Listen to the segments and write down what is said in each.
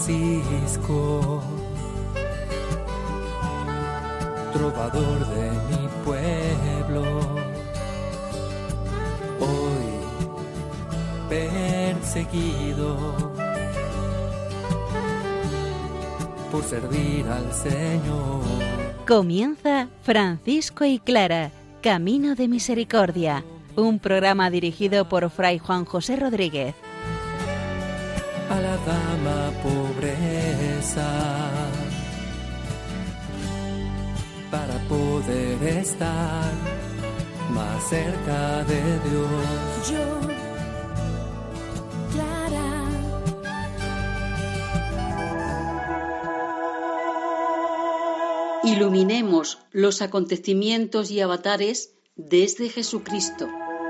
Francisco, trovador de mi pueblo, hoy perseguido por servir al Señor. Comienza Francisco y Clara, Camino de Misericordia, un programa dirigido por Fray Juan José Rodríguez. A la dama pobreza, para poder estar más cerca de Dios. Yo, Clara. Iluminemos los acontecimientos y avatares desde Jesucristo.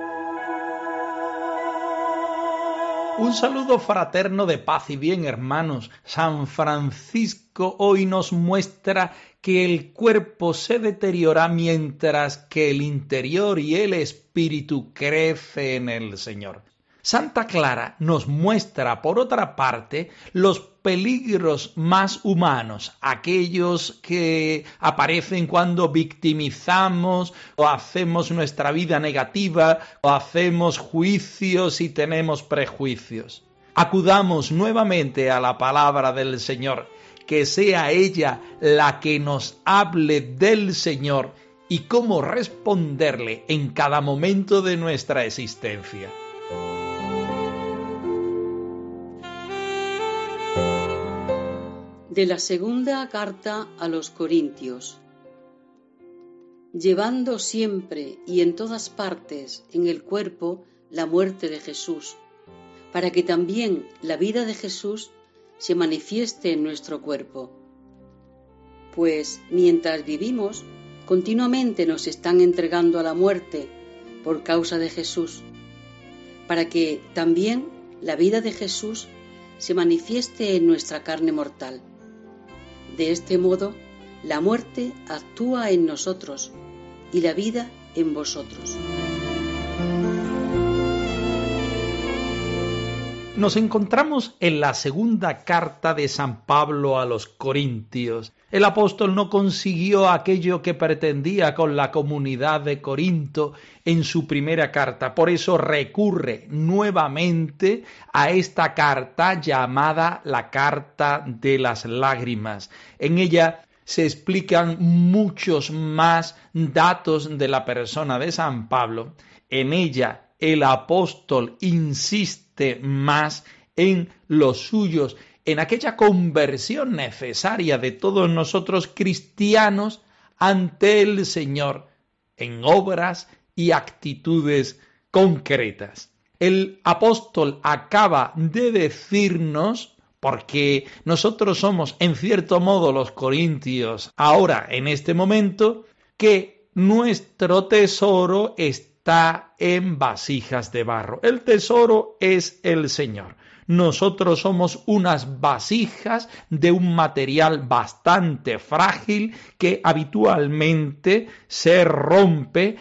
Un saludo fraterno de paz y bien, hermanos. San Francisco hoy nos muestra que el cuerpo se deteriora mientras que el interior y el espíritu crece en el Señor. Santa Clara nos muestra, por otra parte, los peligros más humanos, aquellos que aparecen cuando victimizamos o hacemos nuestra vida negativa o hacemos juicios y tenemos prejuicios. Acudamos nuevamente a la palabra del Señor, que sea ella la que nos hable del Señor y cómo responderle en cada momento de nuestra existencia. De la segunda carta a los Corintios. Llevando siempre y en todas partes en el cuerpo la muerte de Jesús, para que también la vida de Jesús se manifieste en nuestro cuerpo. Pues mientras vivimos, continuamente nos están entregando a la muerte por causa de Jesús, para que también la vida de Jesús se manifieste en nuestra carne mortal. De este modo, la muerte actúa en nosotros y la vida en vosotros. Nos encontramos en la segunda carta de San Pablo a los Corintios. El apóstol no consiguió aquello que pretendía con la comunidad de Corinto en su primera carta. Por eso recurre nuevamente a esta carta llamada la Carta de las Lágrimas. En ella se explican muchos más datos de la persona de San Pablo. En ella el apóstol insiste más en los suyos, en aquella conversión necesaria de todos nosotros cristianos ante el Señor, en obras y actitudes concretas. El apóstol acaba de decirnos, porque nosotros somos en cierto modo los corintios ahora en este momento, que nuestro tesoro está en vasijas de barro. El tesoro es el Señor. Nosotros somos unas vasijas de un material bastante frágil que habitualmente se rompe,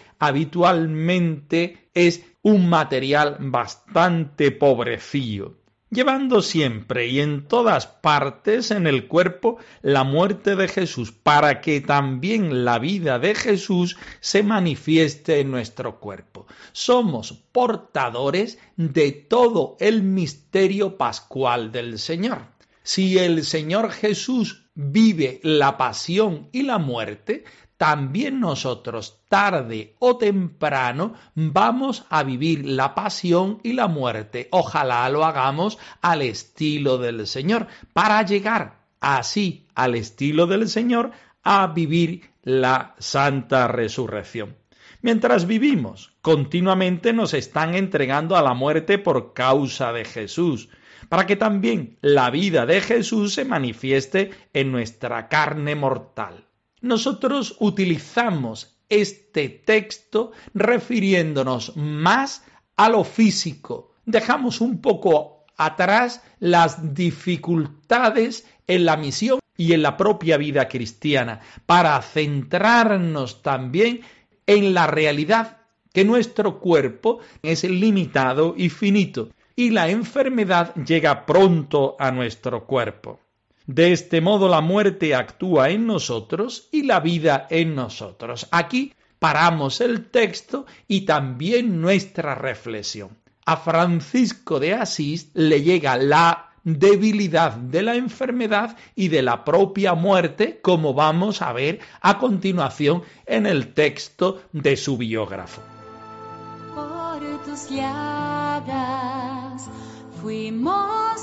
habitualmente es un material bastante pobrecillo, llevando siempre y en todas partes en el cuerpo la muerte de Jesús, para que también la vida de Jesús se manifieste en nuestro cuerpo. Somos portadores de todo el misterio pascual del Señor. Si el Señor Jesús vive la pasión y la muerte, también nosotros, tarde o temprano, vamos a vivir la pasión y la muerte. Ojalá lo hagamos al estilo del Señor, para llegar así al estilo del Señor a vivir la santa resurrección. Mientras vivimos, continuamente nos están entregando a la muerte por causa de Jesús, para que también la vida de Jesús se manifieste en nuestra carne mortal. Nosotros utilizamos este texto refiriéndonos más a lo físico. Dejamos un poco atrás las dificultades en la misión y en la propia vida cristiana, para centrarnos también en la realidad que nuestro cuerpo es limitado y finito. y la enfermedad llega pronto a nuestro cuerpo. De este modo la muerte actúa en nosotros y la vida en nosotros. Aquí paramos el texto y también nuestra reflexión. A Francisco de Asís le llega la debilidad de la enfermedad y de la propia muerte, como vamos a ver a continuación en el texto de su biógrafo. Por tus llagas fuimos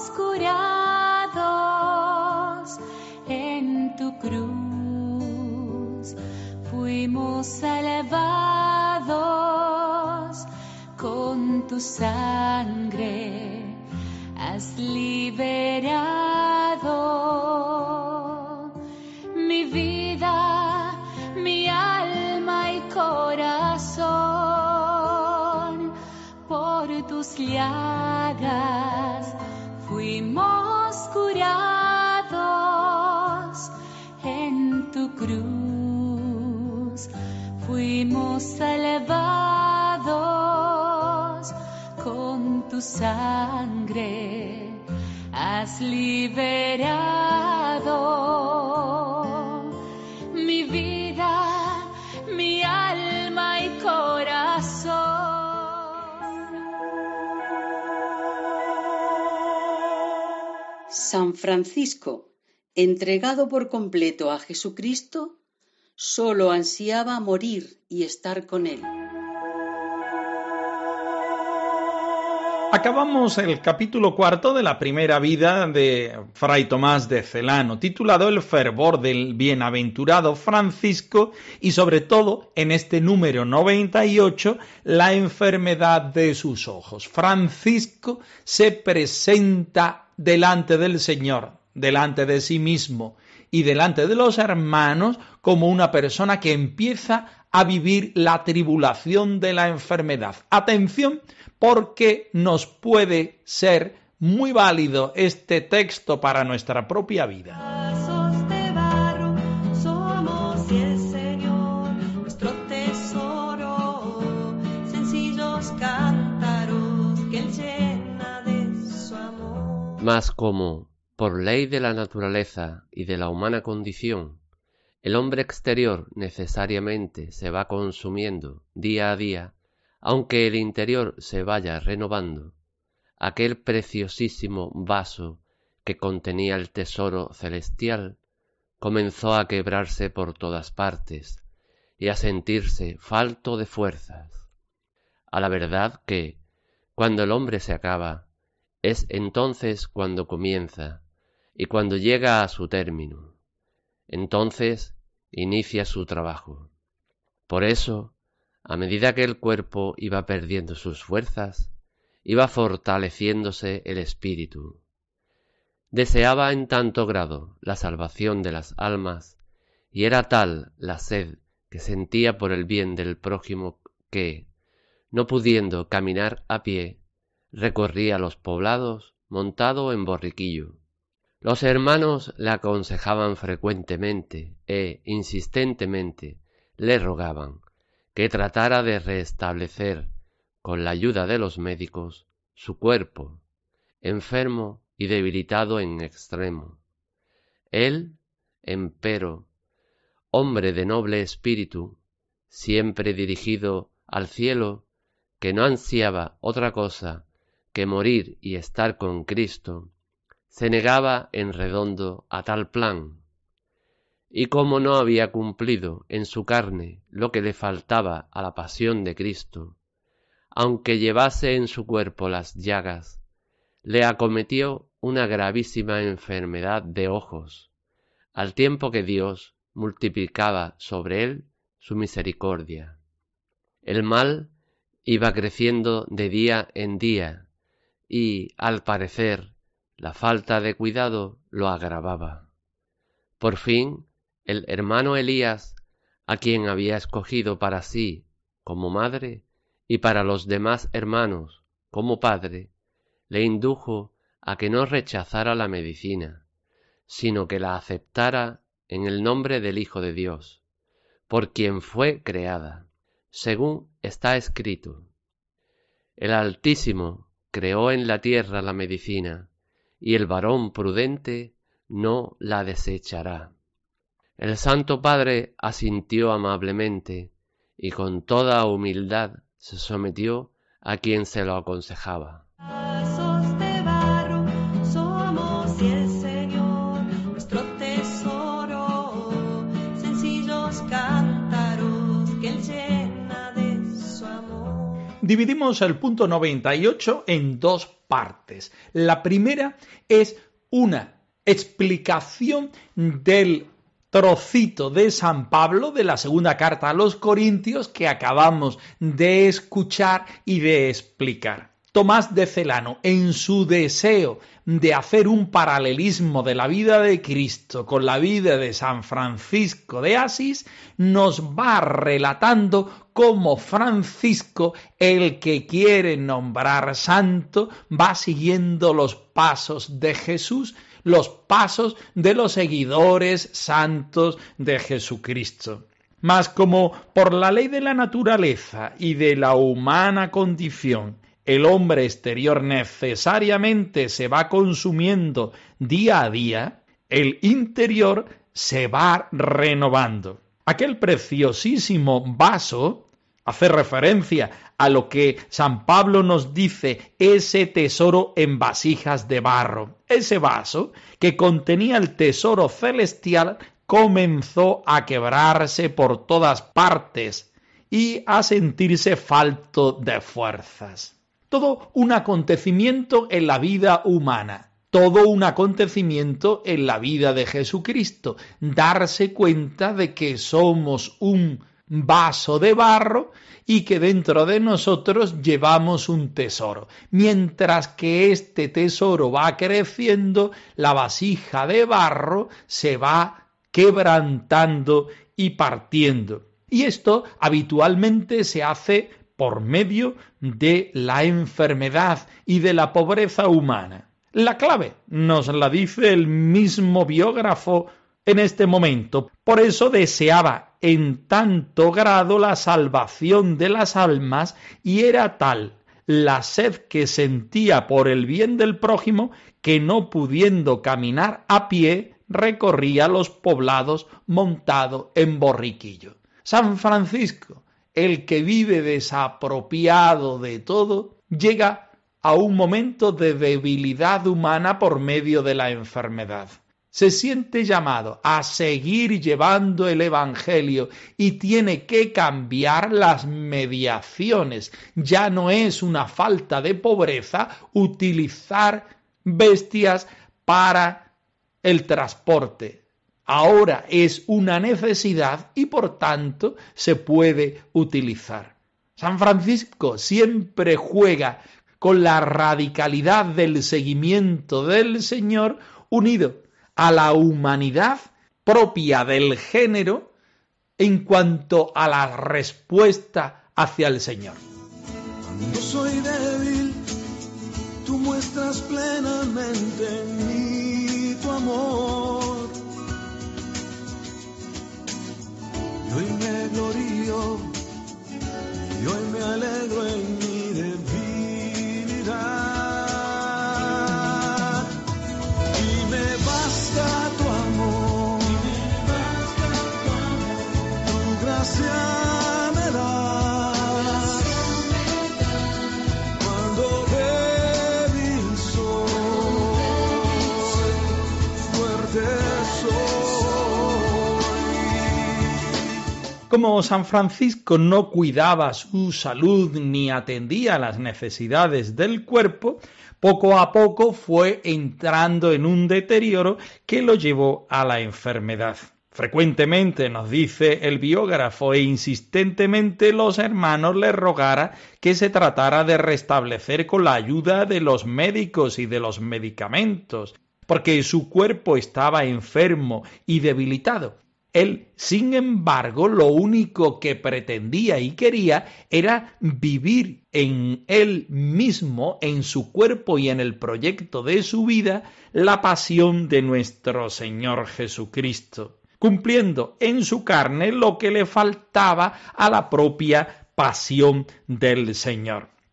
curados, en tu cruz fuimos salvados, con tu sangre has liberado mi vida, mi alma y corazón. Por tus llagas fuimos curados, en tu cruz fuimos salvados, con tu sangre has liberado mi vida, mi alma y corazón. San Francisco, entregado por completo a Jesucristo, solo ansiaba morir y estar con Él. Acabamos el capítulo 4 de la primera vida de Fray Tomás de Celano, titulado El fervor del bienaventurado Francisco, y sobre todo en este número 98, la enfermedad de sus ojos. Francisco se presenta delante del Señor, delante de sí mismo y delante de los hermanos como una persona que empieza a vivir la tribulación de la enfermedad. Atención, porque nos puede ser muy válido este texto para nuestra propia vida. Vasos de barro somos y el Señor, nuestro tesoro, sencillos cántaros que Él llena de su amor. Mas como, por ley de la naturaleza y de la humana condición, el hombre exterior necesariamente se va consumiendo día a día, aunque el interior se vaya renovando, aquel preciosísimo vaso que contenía el tesoro celestial comenzó a quebrarse por todas partes y a sentirse falto de fuerzas. A la verdad que, cuando el hombre se acaba, es entonces cuando comienza y cuando llega a su término. Entonces inicia su trabajo. Por eso, a medida que el cuerpo iba perdiendo sus fuerzas, iba fortaleciéndose el espíritu. Deseaba en tanto grado la salvación de las almas, y era tal la sed que sentía por el bien del prójimo que, no pudiendo caminar a pie, recorría los poblados montado en borriquillo. Los hermanos le aconsejaban frecuentemente e insistentemente le rogaban que tratara de restablecer, con la ayuda de los médicos, su cuerpo, enfermo y debilitado en extremo. Él, empero, hombre de noble espíritu, siempre dirigido al cielo, que no ansiaba otra cosa que morir y estar con Cristo, se negaba en redondo a tal plan. Y como no había cumplido en su carne lo que le faltaba a la pasión de Cristo, aunque llevase en su cuerpo las llagas, le acometió una gravísima enfermedad de ojos, al tiempo que Dios multiplicaba sobre él su misericordia. El mal iba creciendo de día en día y, al parecer, la falta de cuidado lo agravaba. Por fin, el hermano Elías, a quien había escogido para sí como madre y para los demás hermanos como padre, le indujo a que no rechazara la medicina, sino que la aceptara en el nombre del Hijo de Dios, por quien fue creada, según está escrito: El Altísimo creó en la tierra la medicina, y el varón prudente no la desechará. El Santo Padre asintió amablemente, y con toda humildad se sometió a quien se lo aconsejaba. Vasos de barro somos y el Señor, nuestro tesoro, sencillos cántaros que Él llena de su amor. Dividimos el punto 98 en dos partes. La primera es una explicación del trocito de San Pablo de la segunda carta a los Corintios que acabamos de escuchar y de explicar. Tomás de Celano, en su deseo de hacer un paralelismo de la vida de Cristo con la vida de San Francisco de Asís, nos va relatando cómo Francisco, el que quiere nombrar santo, va siguiendo los pasos de Jesús, los pasos de los seguidores santos de Jesucristo. Mas como por la ley de la naturaleza y de la humana condición, el hombre exterior necesariamente se va consumiendo día a día, el interior se va renovando. Aquel preciosísimo vaso hace referencia a lo que San Pablo nos dice, ese tesoro en vasijas de barro. Ese vaso que contenía el tesoro celestial comenzó a quebrarse por todas partes y a sentirse falto de fuerzas. Todo un acontecimiento en la vida humana, todo un acontecimiento en la vida de Jesucristo, darse cuenta de que somos un vaso de barro y que dentro de nosotros llevamos un tesoro. Mientras que este tesoro va creciendo, la vasija de barro se va quebrantando y partiendo. Y esto habitualmente se hace por medio de la enfermedad y de la pobreza humana. La clave nos la dice el mismo biógrafo en este momento. Por eso deseaba en tanto grado la salvación de las almas y era tal la sed que sentía por el bien del prójimo que no pudiendo caminar a pie recorría los poblados montado en borriquillo. San Francisco, el que vive desapropiado de todo, llega a un momento de debilidad humana por medio de la enfermedad. Se siente llamado a seguir llevando el Evangelio y tiene que cambiar las mediaciones. Ya no es una falta de pobreza utilizar bestias para el transporte. Ahora es una necesidad y por tanto se puede utilizar. San Francisco siempre juega con la radicalidad del seguimiento del Señor unido a la humanidad propia del género en cuanto a la respuesta hacia el Señor. Cuando soy débil, tú muestras plenamente en mí tu amor. Y hoy me glorío, y hoy me alegro en mi debilidad. Y me basta tu amor, tu gracia me das. Cuando débil soy, fuerte soy. Como San Francisco no cuidaba su salud ni atendía las necesidades del cuerpo, poco a poco fue entrando en un deterioro que lo llevó a la enfermedad. Frecuentemente, nos dice el biógrafo, e insistentemente los hermanos le rogara que se tratara de restablecer con la ayuda de los médicos y de los medicamentos, porque su cuerpo estaba enfermo y debilitado. Él, sin embargo, lo único que pretendía y quería era vivir en él mismo, en su cuerpo y en el proyecto de su vida, la pasión de nuestro Señor Jesucristo, cumpliendo en su carne lo que le faltaba a la propia pasión del Señor.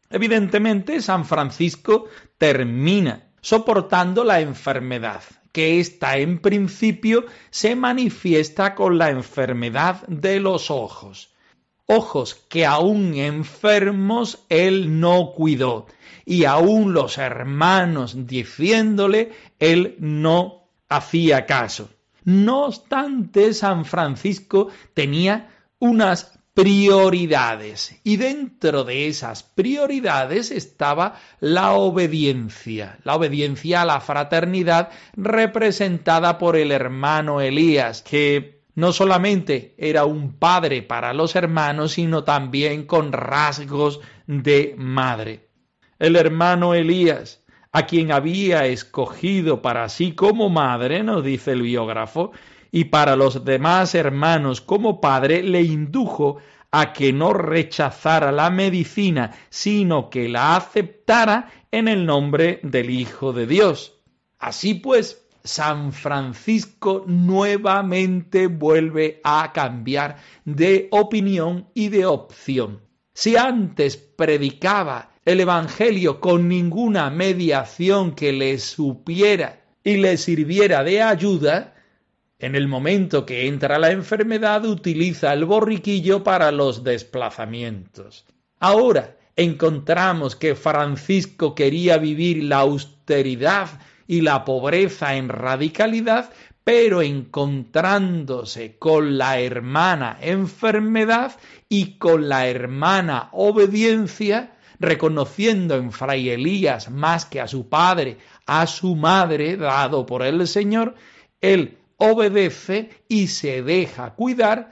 Evidentemente, San Francisco termina soportando la enfermedad, que ésta en principio se manifiesta con la enfermedad de los ojos. Ojos que aún enfermos él no cuidó, y aún los hermanos diciéndole, él no hacía caso. No obstante, San Francisco tenía unas prioridades, y dentro de esas prioridades estaba la obediencia a la fraternidad representada por el hermano Elías, que no solamente era un padre para los hermanos, sino también con rasgos de madre. El hermano Elías, a quien había escogido para sí como madre, nos dice el biógrafo, y para los demás hermanos como padre, le indujo a que no rechazara la medicina, sino que la aceptara en el nombre del Hijo de Dios. Así pues, San Francisco nuevamente vuelve a cambiar de opinión y de opción. Si antes predicaba el Evangelio con ninguna mediación que le supiera y le sirviera de ayuda, en el momento que entra la enfermedad utiliza el borriquillo para los desplazamientos. Ahora encontramos que Francisco quería vivir la austeridad y la pobreza en radicalidad, pero encontrándose con la hermana enfermedad y con la hermana obediencia, reconociendo en Fray Elías más que a su padre, a su madre dado por el Señor, él obedece y se deja cuidar,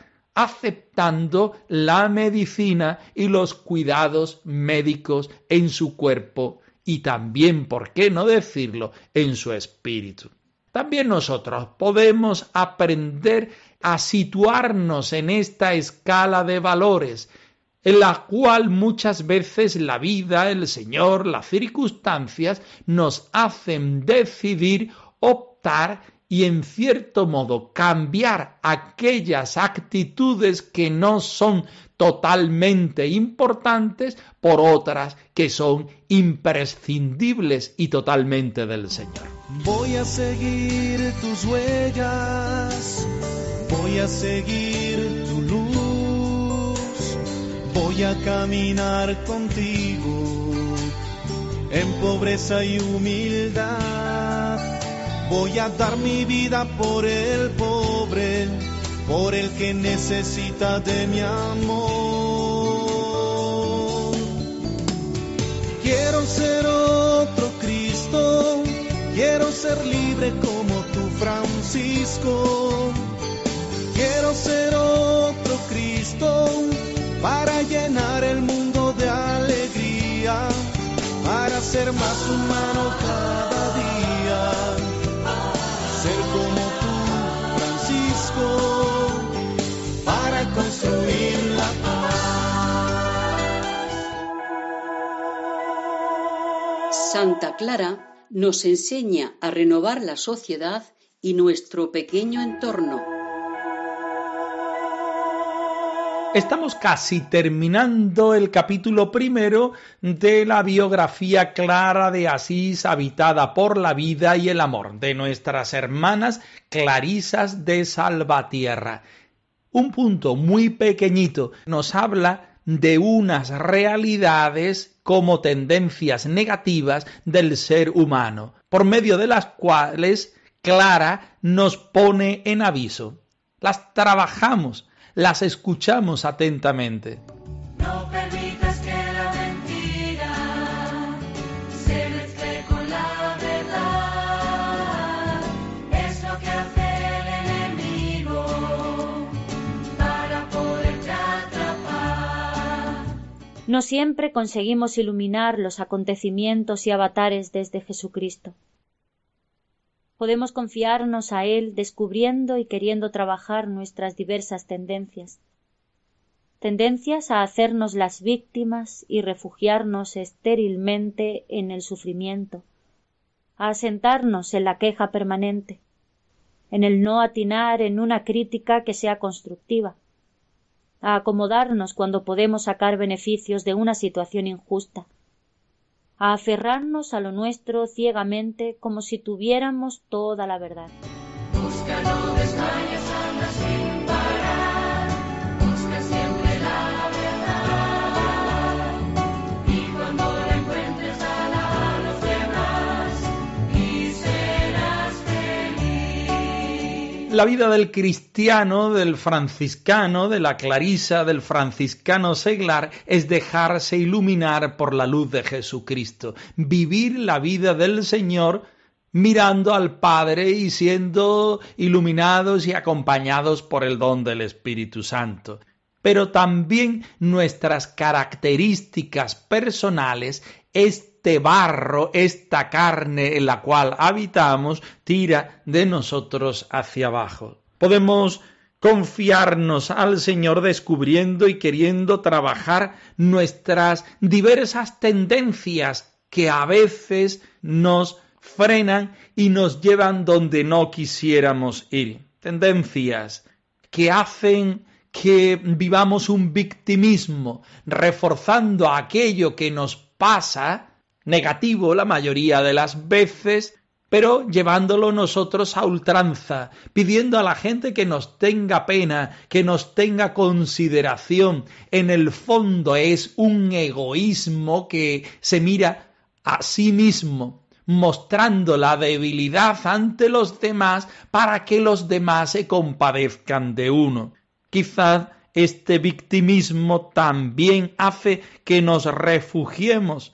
aceptando la medicina y los cuidados médicos en su cuerpo y también, ¿por qué no decirlo?, en su espíritu. También nosotros podemos aprender a situarnos en esta escala de valores, en la cual muchas veces la vida, el Señor, las circunstancias nos hacen decidir, optar y en cierto modo cambiar aquellas actitudes que no son totalmente importantes por otras que son imprescindibles y totalmente del Señor. Voy a seguir tus huellas, voy a seguir tu luz, voy a caminar contigo en pobreza y humildad. Voy a dar mi vida por el pobre, por el que necesita de mi amor. Quiero ser otro Cristo, quiero ser libre como tú, Francisco. Quiero ser otro Cristo para llenar el mundo de alegría, para ser más humano cada día. Ser como tú, Francisco, para construir la paz. Santa Clara nos enseña a renovar la sociedad y nuestro pequeño entorno. Estamos casi terminando el capítulo primero de la biografía Clara de Asís, habitada por la vida y el amor, de nuestras hermanas clarisas de Salvatierra. Un punto muy pequeñito nos habla de unas realidades como tendencias negativas del ser humano, por medio de las cuales Clara nos pone en aviso. Las trabajamos, las escuchamos atentamente. No permitas que la mentira se mezcle con la verdad. Es lo que hace el enemigo para poderte atrapar. No siempre conseguimos iluminar los acontecimientos y avatares desde Jesucristo. Podemos confiarnos a Él descubriendo y queriendo trabajar nuestras diversas tendencias. Tendencias a hacernos las víctimas y refugiarnos estérilmente en el sufrimiento, a asentarnos en la queja permanente, en el no atinar en una crítica que sea constructiva, a acomodarnos cuando podemos sacar beneficios de una situación injusta, a aferrarnos a lo nuestro ciegamente como si tuviéramos toda la verdad. Busca, no desmayes, anda sin parar, busca siempre la verdad, y cuando la encuentres dala a los demás y serás feliz. La vida del cristiano, del franciscano, de la clarisa, del franciscano seglar, es dejarse iluminar por la luz de Jesucristo, vivir la vida del Señor mirando al Padre y siendo iluminados y acompañados por el don del Espíritu Santo. Pero también nuestras características personales, este barro, esta carne en la cual habitamos, tira de nosotros hacia abajo. Podemos confiarnos al Señor descubriendo y queriendo trabajar nuestras diversas tendencias que a veces nos frenan y nos llevan donde no quisiéramos ir. Tendencias que hacen que vivamos un victimismo, reforzando aquello que nos pasa, negativo la mayoría de las veces, pero llevándolo nosotros a ultranza, pidiendo a la gente que nos tenga pena, que nos tenga consideración. En el fondo es un egoísmo que se mira a sí mismo, mostrando la debilidad ante los demás para que los demás se compadezcan de uno. Quizás este victimismo también hace que nos refugiemos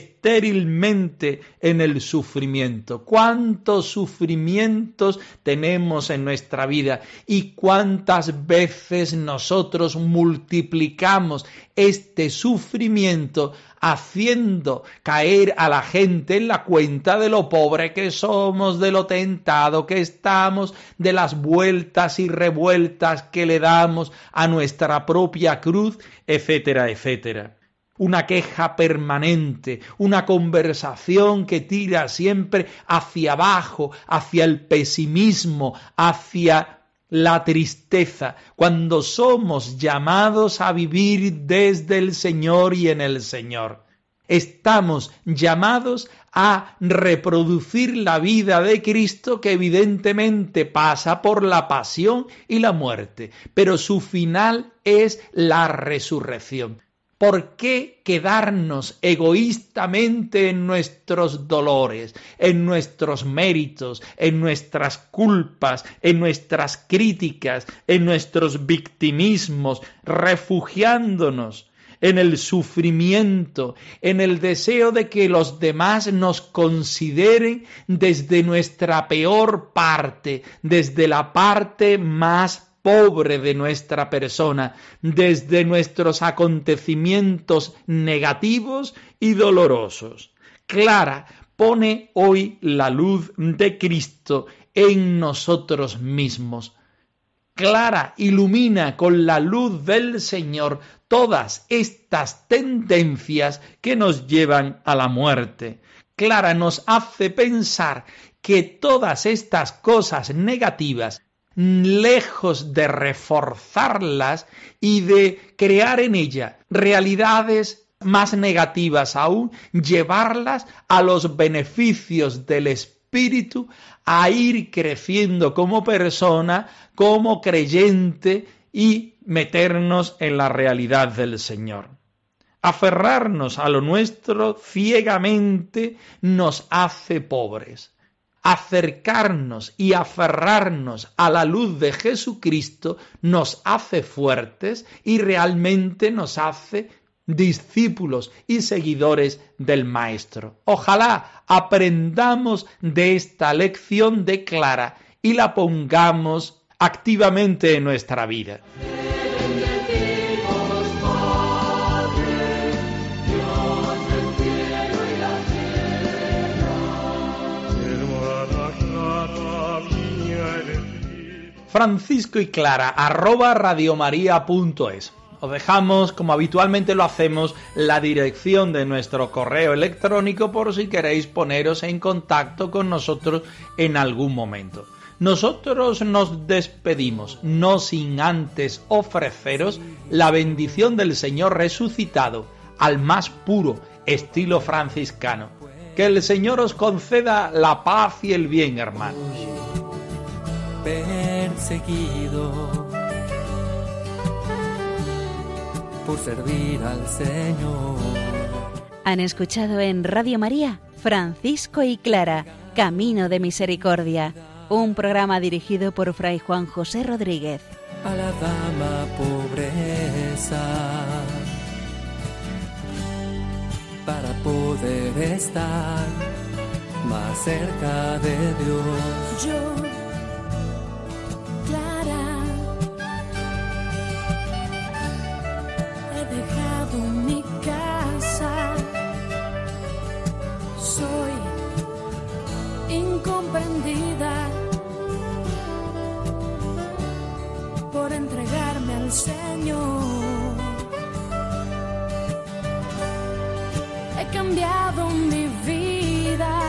estérilmente en el sufrimiento. ¿Cuántos sufrimientos tenemos en nuestra vida y cuántas veces nosotros multiplicamos este sufrimiento haciendo caer a la gente en la cuenta de lo pobre que somos, de lo tentado que estamos, de las vueltas y revueltas que le damos a nuestra propia cruz, etcétera, etcétera? Una queja permanente, una conversación que tira siempre hacia abajo, hacia el pesimismo, hacia la tristeza, cuando somos llamados a vivir desde el Señor y en el Señor. Estamos llamados a reproducir la vida de Cristo, que evidentemente pasa por la pasión y la muerte, pero su final es la resurrección. ¿Por qué quedarnos egoístamente en nuestros dolores, en nuestros méritos, en nuestras culpas, en nuestras críticas, en nuestros victimismos, refugiándonos en el sufrimiento, en el deseo de que los demás nos consideren desde nuestra peor parte, desde la parte más pobre de nuestra persona, desde nuestros acontecimientos negativos y dolorosos? Clara pone hoy la luz de Cristo en nosotros mismos. Clara ilumina con la luz del Señor todas estas tendencias que nos llevan a la muerte. Clara nos hace pensar que todas estas cosas negativas, lejos de reforzarlas y de crear en ella realidades más negativas aún, llevarlas a los beneficios del Espíritu, a ir creciendo como persona, como creyente y meternos en la realidad del Señor. Aferrarnos a lo nuestro ciegamente nos hace pobres. Acercarnos y aferrarnos a la luz de Jesucristo nos hace fuertes y realmente nos hace discípulos y seguidores del Maestro. Ojalá aprendamos de esta lección de Clara y la pongamos activamente en nuestra vida. Francisco y Clara @radiomaria.es. Os dejamos, como habitualmente lo hacemos, la dirección de nuestro correo electrónico por si queréis poneros en contacto con nosotros en algún momento. Nosotros nos despedimos, no sin antes ofreceros la bendición del Señor resucitado, al más puro, estilo franciscano. Que el Señor os conceda la paz y el bien, hermanos. Perseguido por servir al Señor. Han escuchado en Radio María Francisco y Clara, Camino de Misericordia, un programa dirigido por Fray Juan José Rodríguez. A la dama pobreza, para poder estar más cerca de Dios. Yo, Clara, he dejado mi casa, soy incomprendida por entregarme al Señor. He cambiado mi vida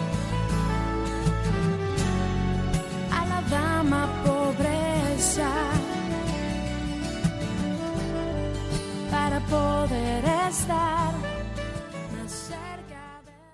a la dama pobreza para poder estar